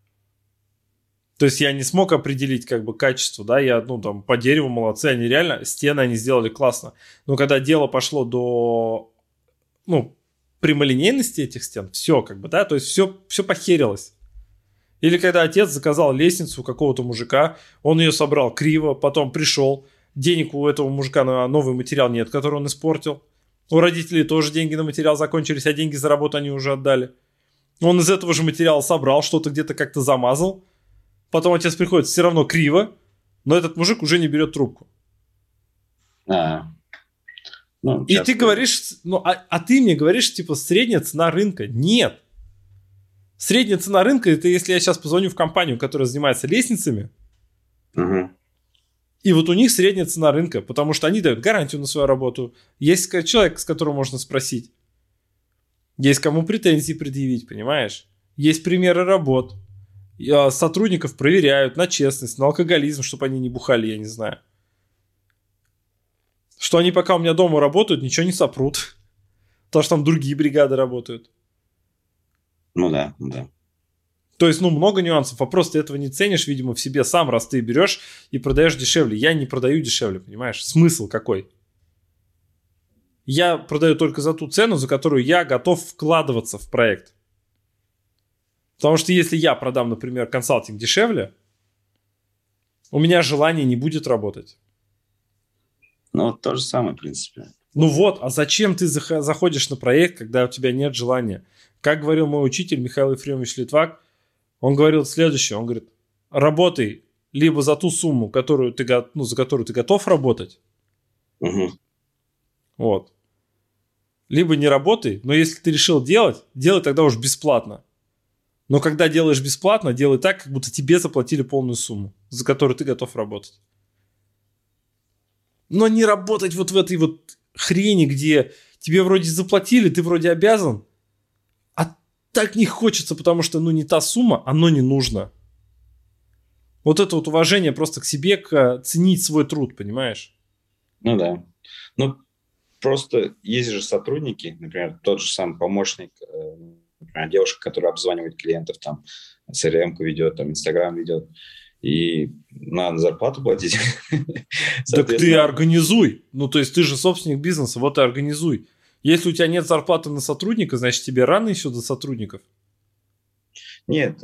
То есть я не смог определить как бы качество, да, я, ну, там, по дереву молодцы, они реально, стены они сделали классно. Но когда дело пошло до, ну, прямолинейности этих стен, все как бы, да, то есть все, все похерилось. Или когда отец заказал лестницу у какого-то мужика, он ее собрал криво, потом пришел, денег у этого мужика на новый материал нет, который он испортил. У родителей тоже деньги на материал закончились, а деньги за работу они уже отдали. Он из этого же материала собрал, что-то где-то как-то замазал. Потом отец приходит, все равно криво, но этот мужик уже не берет трубку. А, ну, и ты говоришь, ну, а, а ты мне говоришь, типа, средняя цена рынка. Нет. Средняя цена рынка, это если я сейчас позвоню в компанию, которая занимается лестницами, угу. И вот у них средняя цена рынка, потому что они дают гарантию на свою работу. Есть человек, с которым можно спросить. Есть кому претензии предъявить, понимаешь? Есть примеры работ. Сотрудников проверяют на честность, на алкоголизм, чтобы они не бухали, я не знаю. Что они пока у меня дома работают, ничего не сопрут. Потому что там другие бригады работают. Ну да, да. То есть, ну, много нюансов, а просто ты этого не ценишь, видимо, в себе сам, раз ты берешь и продаешь дешевле. Я не продаю дешевле, понимаешь? Смысл какой? Я продаю только за ту цену, за которую я готов вкладываться в проект. Потому что если я продам, например, консалтинг дешевле, у меня желания не будет работать. Ну, то же самое, в принципе. Ну вот, а зачем ты заходишь на проект, когда у тебя нет желания? Как говорил мой учитель Михаил Ефремович Литвак, он говорил следующее, он говорит, работай либо за ту сумму, которую ты, ну, за которую ты готов работать, угу. Вот, либо не работай, но если ты решил делать, делай тогда уж бесплатно. Но когда делаешь бесплатно, делай так, как будто тебе заплатили полную сумму, за которую ты готов работать. Но не работать вот в этой вот хрени, где тебе вроде заплатили, ты вроде обязан, а так не хочется, потому что, ну, не та сумма, оно не нужно. Вот это вот уважение просто к себе, к ценить свой труд, понимаешь? Ну да. Ну, просто есть же сотрудники, например, тот же самый помощник, например, девушка, которая обзванивает клиентов, там, си эр эм-ку ведет, там, Инстаграм ведет. и надо зарплату платить. Так ты организуй. Ну, то есть ты же собственник бизнеса, вот и организуй. Если у тебя нет зарплаты на сотрудника, значит, тебе рано еще до сотрудников. Нет,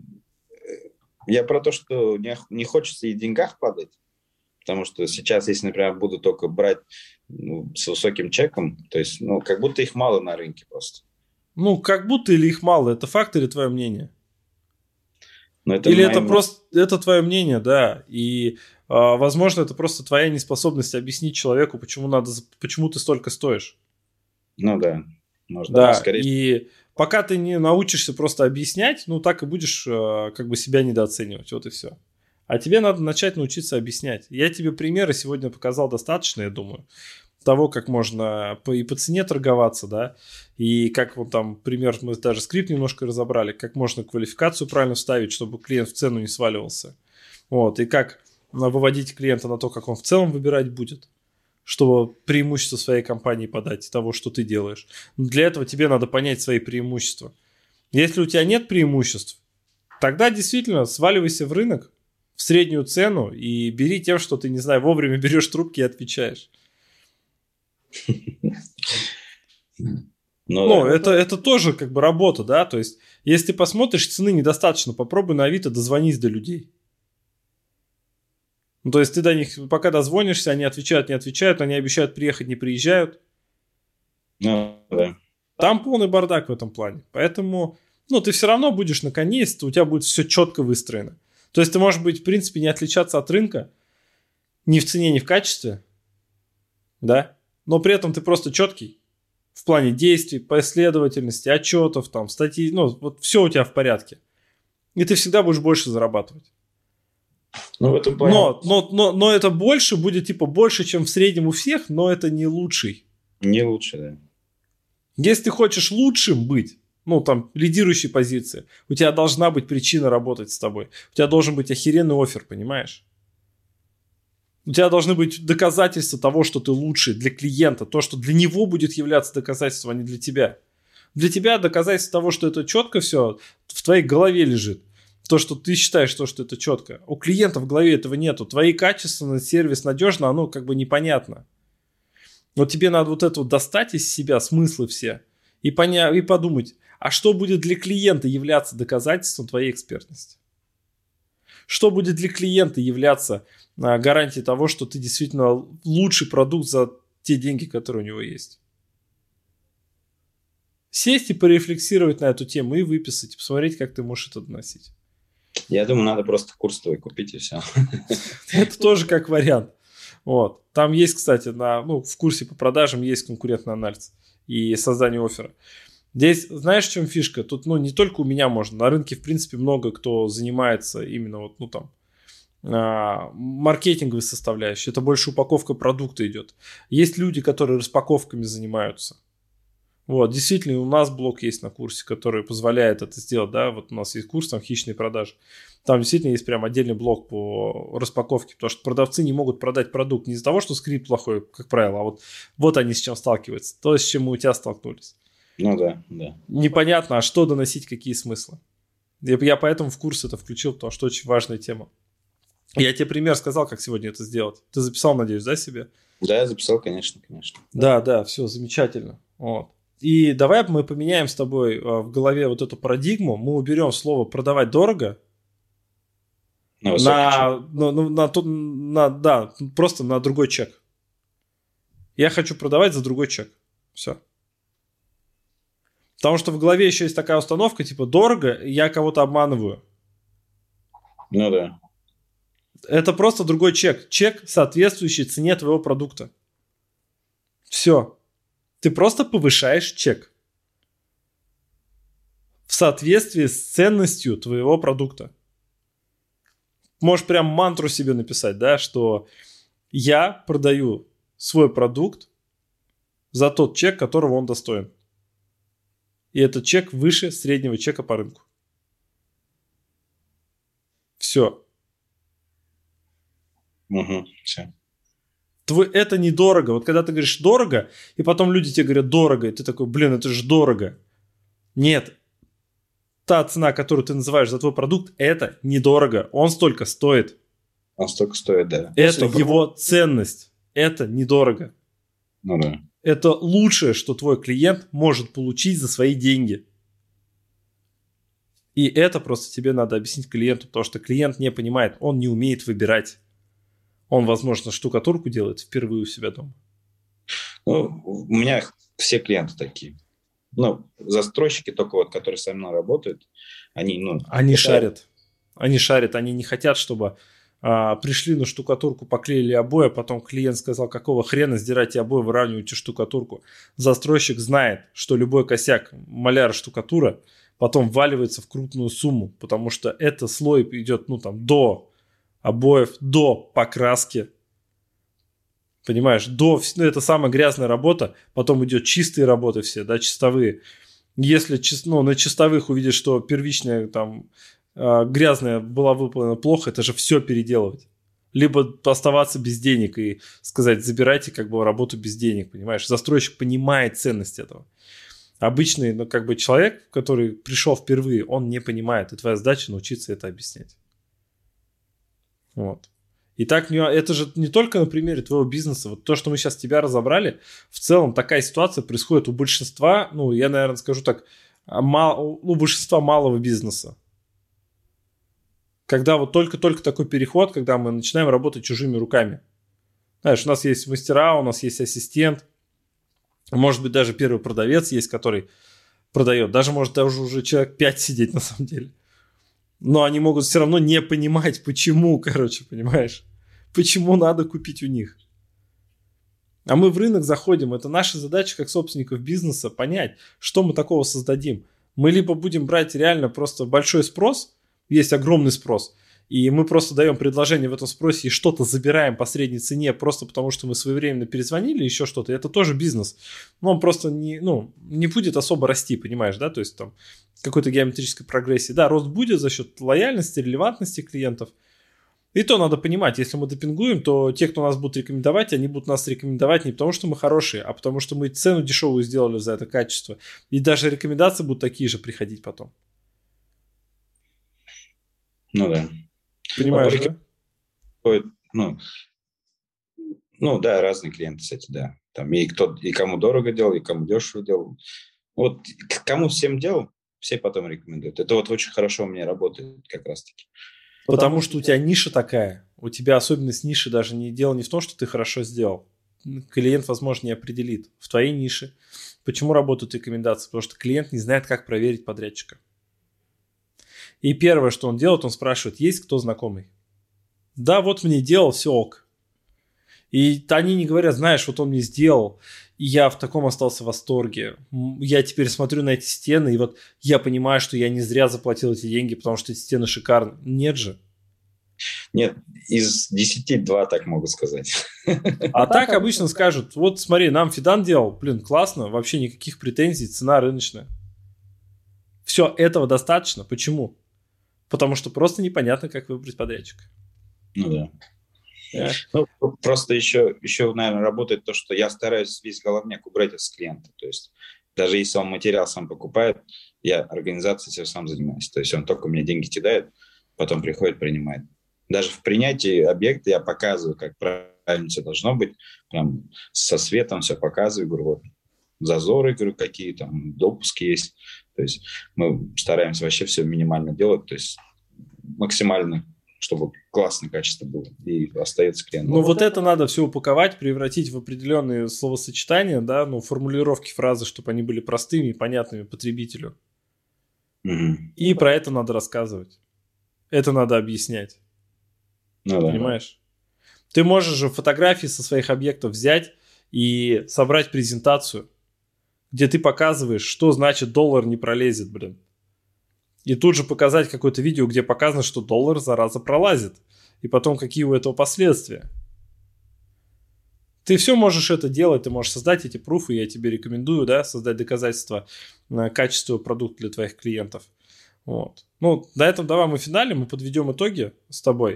я про то, что не хочется и в деньгах падать. Потому что сейчас, если, например, буду только брать ну, с высоким чеком, то есть, ну, как будто их мало на рынке просто. Ну, как будто или их мало, это факт или твое мнение? Но это или моим... это просто, это твое мнение, да, и, а, возможно, это просто твоя неспособность объяснить человеку, почему надо, почему ты столько стоишь. Ну, да. Может, да, скорее... и пока ты не научишься просто объяснять, ну, так и будешь а, как бы себя недооценивать, вот и все. А тебе надо начать научиться объяснять. Я тебе примеры сегодня показал достаточно, я думаю, того, как можно по, и по цене торговаться, да, и как вот там, пример, мы даже скрипт немножко разобрали, как можно квалификацию правильно вставить, чтобы клиент в цену не сваливался. Вот, и как выводить клиента на то, как он в целом выбирать будет, чтобы преимущество своей компании подать того, что ты делаешь. Для этого тебе надо понять свои преимущества. Если у тебя нет преимуществ, тогда действительно сваливайся в рынок, в среднюю цену и бери тем, что ты, не знаю, вовремя берешь трубки и отвечаешь. Ну, ну да. это, это тоже как бы работа, да, то есть, если ты посмотришь, цены недостаточно, попробуй на Авито дозвонись до людей. Ну, то есть, ты до них, пока дозвонишься, они отвечают, не отвечают, они обещают приехать, не приезжают. Ну, да. Там полный бардак в этом плане, поэтому, ну, ты все равно будешь на коне, если у тебя будет все четко выстроено. То есть, ты можешь быть, в принципе, не отличаться от рынка ни в цене, ни в качестве, да, но при этом ты просто четкий в плане действий, последовательности, отчетов, там, статей, ну, вот все у тебя в порядке. И ты всегда будешь больше зарабатывать. Ну, в этом плане... но, но, но, но это больше будет, типа, больше, чем в среднем у всех, но это не лучший. Не лучше, да. Если ты хочешь лучшим быть, ну, там, лидирующей позиции, у тебя должна быть причина работать с тобой. У тебя должен быть охеренный оффер, понимаешь? У тебя должны быть доказательства того, что ты лучший для клиента. То, что для него будет являться доказательством, а не для тебя. Для тебя доказательство того, что это четко все в твоей голове лежит. То, что ты считаешь, то, что это четко. У клиента в голове этого нету. Твои качества, сервис надежно, оно как бы непонятно. Вот тебе надо вот это вот достать из себя смыслы все и, поня- и подумать, а что будет для клиента являться доказательством твоей экспертности? Что будет для клиента являться а, гарантией того, что ты действительно лучший продукт за те деньги, которые у него есть? Сесть и порефлексировать на эту тему и выписать, посмотреть, как ты можешь это доносить. Я думаю, надо просто курс твой купить и все. Это тоже как вариант. Вот. Там есть, кстати, на, ну, в курсе по продажам есть конкурентный анализ и создание оффера. Здесь, знаешь, в чем фишка? Тут, ну, не только у меня можно. На рынке, в принципе, много кто занимается именно вот, ну, там, а, маркетинговой составляющей. Это больше упаковка продукта идет. Есть люди, которые распаковками занимаются. Вот, действительно, у нас блог есть на курсе, который позволяет это сделать, да, вот у нас есть курс, там, хищные продажи. Там действительно есть прям отдельный блок по распаковке, потому что продавцы не могут продать продукт не из-за того, что скрипт плохой, как правило, а вот, вот они с чем сталкиваются, то, с чем мы у тебя столкнулись. Ну да, да. Непонятно, а что доносить, какие смыслы. Я, я поэтому в курс это включил, потому что очень важная тема. Я тебе пример сказал, как сегодня это сделать. Ты записал, надеюсь, да, себе? Да, я записал, конечно, конечно. Да, да, все, замечательно. Вот. И давай мы поменяем с тобой в голове вот эту парадигму. Мы уберем слово «продавать дорого» на, на, на, на, на, да, просто на другой чек. Я хочу продавать за другой чек. Все. Потому что в голове еще есть такая установка, типа «дорого, я кого-то обманываю». Ну да. Это просто другой чек. Чек, соответствующий цене твоего продукта. Все. Ты просто повышаешь чек в соответствии с ценностью твоего продукта. Можешь прям мантру себе написать, да, что я продаю свой продукт за тот чек, которого он достоин. И этот чек выше среднего чека по рынку. Все. Угу, все. Твой, это недорого. Вот когда ты говоришь дорого, и потом люди тебе говорят дорого, и ты такой, блин, это же дорого. Нет. та цена, которую ты называешь за твой продукт, это недорого. Он столько стоит. Он столько стоит, да. Это Столько... его ценность. Это недорого. Ну да. Это лучшее, что твой клиент может получить за свои деньги. И это просто тебе надо объяснить клиенту, потому что клиент не понимает, он не умеет выбирать. Он, возможно, штукатурку делает впервые у себя дома. Ну, у меня все клиенты такие. Ну, застройщики только вот, которые со мной работают, они, ну... Они это... шарят. Они шарят, они не хотят, чтобы а, пришли на штукатурку, поклеили обои, а потом клиент сказал, какого хрена сдирайте обои, выравнивайте штукатурку. Застройщик знает, что любой косяк маляра штукатура потом вваливается в крупную сумму, потому что это слой идет, ну, там, до обоев, до покраски. Понимаешь, до, ну, это самая грязная работа, потом идет чистые работы все, да, чистовые. Если ну, на чистовых увидишь, что первичная там грязная была выполнена плохо, это же все переделывать. Либо оставаться без денег и сказать, забирайте как бы работу без денег, понимаешь. Застройщик понимает ценность этого. Обычный, ну, как бы человек, который пришел впервые, он не понимает. И твоя задача научиться это объяснять. Вот. И так, это же не только на примере твоего бизнеса. Вот то, что мы сейчас тебя разобрали, в целом такая ситуация происходит у большинства, ну, я, наверное, скажу так, мал, у большинства малого бизнеса. Когда вот только-только такой переход, когда мы начинаем работать чужими руками. Знаешь, у нас есть мастера, у нас есть ассистент, может быть, даже первый продавец есть, который продает. Даже, может, даже уже человек пять сидеть на самом деле. Но они могут все равно не понимать, почему, короче, понимаешь? Почему надо купить у них. А мы в рынок заходим. Это наша задача, как собственников бизнеса, понять, что мы такого создадим. Мы либо будем брать реально просто большой спрос, есть огромный спрос, и мы просто даем предложение в этом спросе и что-то забираем по средней цене просто потому, что мы своевременно перезвонили, еще что-то. Это тоже бизнес. Но он просто не, ну, не будет особо расти, понимаешь, да? То есть там какой-то геометрической прогрессии. Да, рост будет за счет лояльности, релевантности клиентов. И то надо понимать, если мы допингуем, то те, кто нас будут рекомендовать, они будут нас рекомендовать не потому, что мы хорошие, а потому, что мы цену дешевую сделали за это качество. И даже рекомендации будут такие же приходить потом. Ну да. Понимаешь, да? Ну, ну да, разные клиенты, кстати, да. Там и, кто, и кому дорого делал, и кому дешево делал. Вот кому всем делал, все потом рекомендуют. Это вот очень хорошо у меня работает как раз-таки. Потому, Потому что у тебя ниша такая. У тебя особенность ниши даже не дело не в том, что ты хорошо сделал. Клиент, возможно, не определит в твоей нише. Почему работают рекомендации? Потому что клиент не знает, как проверить подрядчика. И первое, что он делает, он спрашивает, есть кто знакомый? Да, вот мне делал, все ок. И они не говорят, знаешь, вот он мне сделал, и я в таком остался в восторге. Я теперь смотрю на эти стены, и вот я понимаю, что я не зря заплатил эти деньги, потому что эти стены шикарны. Нет же. Нет, из десяти два так могут сказать. А так обычно скажут, вот смотри, нам Фидан делал, блин, классно, вообще никаких претензий, цена рыночная. Все, этого достаточно. Почему? Потому что просто непонятно, как выбрать подрядчика. Ну да. Yeah. Ну, просто еще, еще, наверное, работает то, что я стараюсь весь головняк убрать с клиента. То есть даже если он материал сам покупает, я организацией все сам занимаюсь. То есть он только мне деньги кидает, потом приходит, принимает. Даже в принятии объекта я показываю, как правильно все должно быть. Прям со светом все показываю. Говорю, вот зазоры, говорю, какие там допуски есть. То есть мы стараемся вообще все минимально делать. То есть максимально, чтобы классное качество было и остается клиент. Ну вот это надо все упаковать, превратить в определенные словосочетания, да, ну формулировки фразы, чтобы они были простыми и понятными потребителю. Угу. И про это надо рассказывать. Это надо объяснять. Ну, понимаешь? Да. Ты можешь же фотографии со своих объектов взять и собрать презентацию, где ты показываешь, что значит доллар не пролезет, блин. И тут же показать какое-то видео, где показано, что доллар, зараза, пролазит. И потом, какие у этого последствия. Ты все можешь это делать, ты можешь создать эти пруфы, я тебе рекомендую, да, создать доказательства качества продукта для твоих клиентов. Вот. Ну, до этого давай мы в финале, мы подведем итоги с тобой.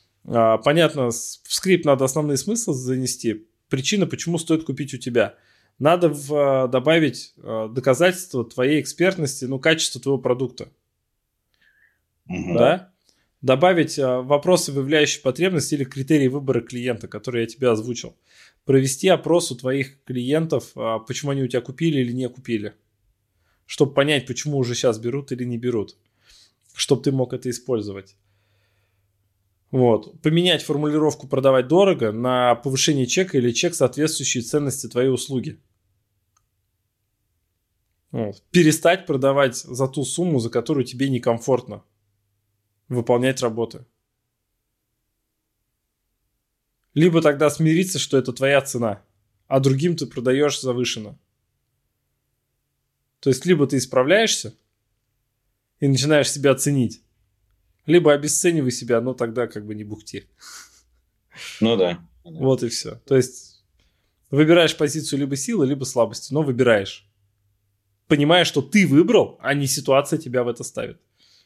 Понятно, в скрипт надо основные смыслы занести. Причина, почему стоит купить у тебя. Надо в, добавить доказательства твоей экспертности, ну, качества твоего продукта. Угу. Да? Добавить вопросы, выявляющие потребности или критерии выбора клиента, которые я тебе озвучил. Провести опрос у твоих клиентов, почему они у тебя купили или не купили. Чтобы понять, почему уже сейчас берут или не берут. Чтобы ты мог это использовать. Вот. Поменять формулировку «продавать дорого» на повышение чека или чек, соответствующий ценности твоей услуги. Вот. Перестать продавать за ту сумму, за которую тебе некомфортно выполнять работы. Либо тогда смириться, что это твоя цена, а другим ты продаешь завышенно. То есть, либо ты исправляешься и начинаешь себя ценить, либо обесценивай себя, но тогда как бы не бухти. Ну да. Вот и все. То есть, выбираешь позицию либо силы, либо слабости, но выбираешь. Понимая, что ты выбрал, а не ситуация тебя в это ставит.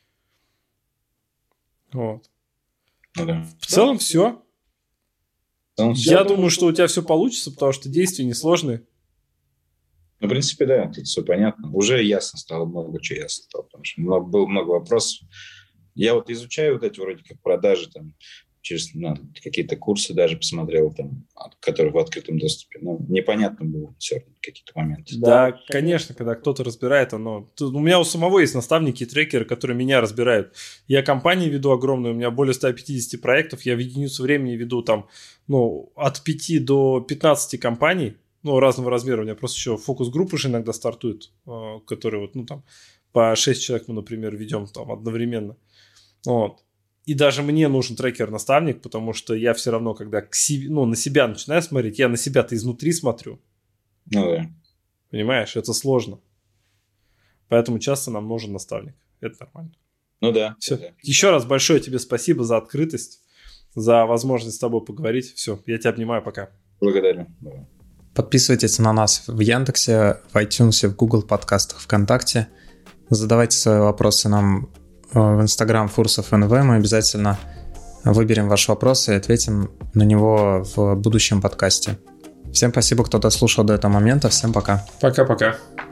Вот. Ну да. В целом все. Ну, Я думаю, что у тебя все получится, потому что действия несложные. Ну, в принципе, да, тут все понятно. Уже ясно стало, много чего ясно стало, потому что много, было много вопросов. Я вот изучаю вот эти вроде как продажи, там, через ну, какие-то курсы даже посмотрел, там, которые в открытом доступе. Ну, непонятно было все равно какие-то моменты. Да, конечно, когда кто-то разбирает, оно... У меня у самого есть наставники и трекеры, которые меня разбирают. Я компании веду огромные, у меня более ста пятидесяти проектов, я в единицу времени веду там, ну, от пяти до пятнадцати компаний, ну, разного размера. У меня просто еще фокус-группы же иногда стартуют, которые вот, ну, там, по шесть человек мы, например, ведем там одновременно. Вот. И даже мне нужен трекер-наставник, потому что я все равно, когда к себе, ну, на себя начинаю смотреть, я на себя-то изнутри смотрю. Ну да. Понимаешь, это сложно. Поэтому часто нам нужен наставник. Это нормально. Ну да. Все. Да. Еще раз большое тебе спасибо за открытость, за возможность с тобой поговорить. Все, я тебя обнимаю, пока. Благодарю. Да. Подписывайтесь на нас в Яндексе, в iTunes, в Google подкастах, ВКонтакте. Задавайте свои вопросы нам в Instagram Фурсов эн вэ. Мы обязательно выберем ваш вопрос и ответим на него в будущем подкасте. Всем спасибо, кто дослушал до этого момента. Всем пока. Пока-пока.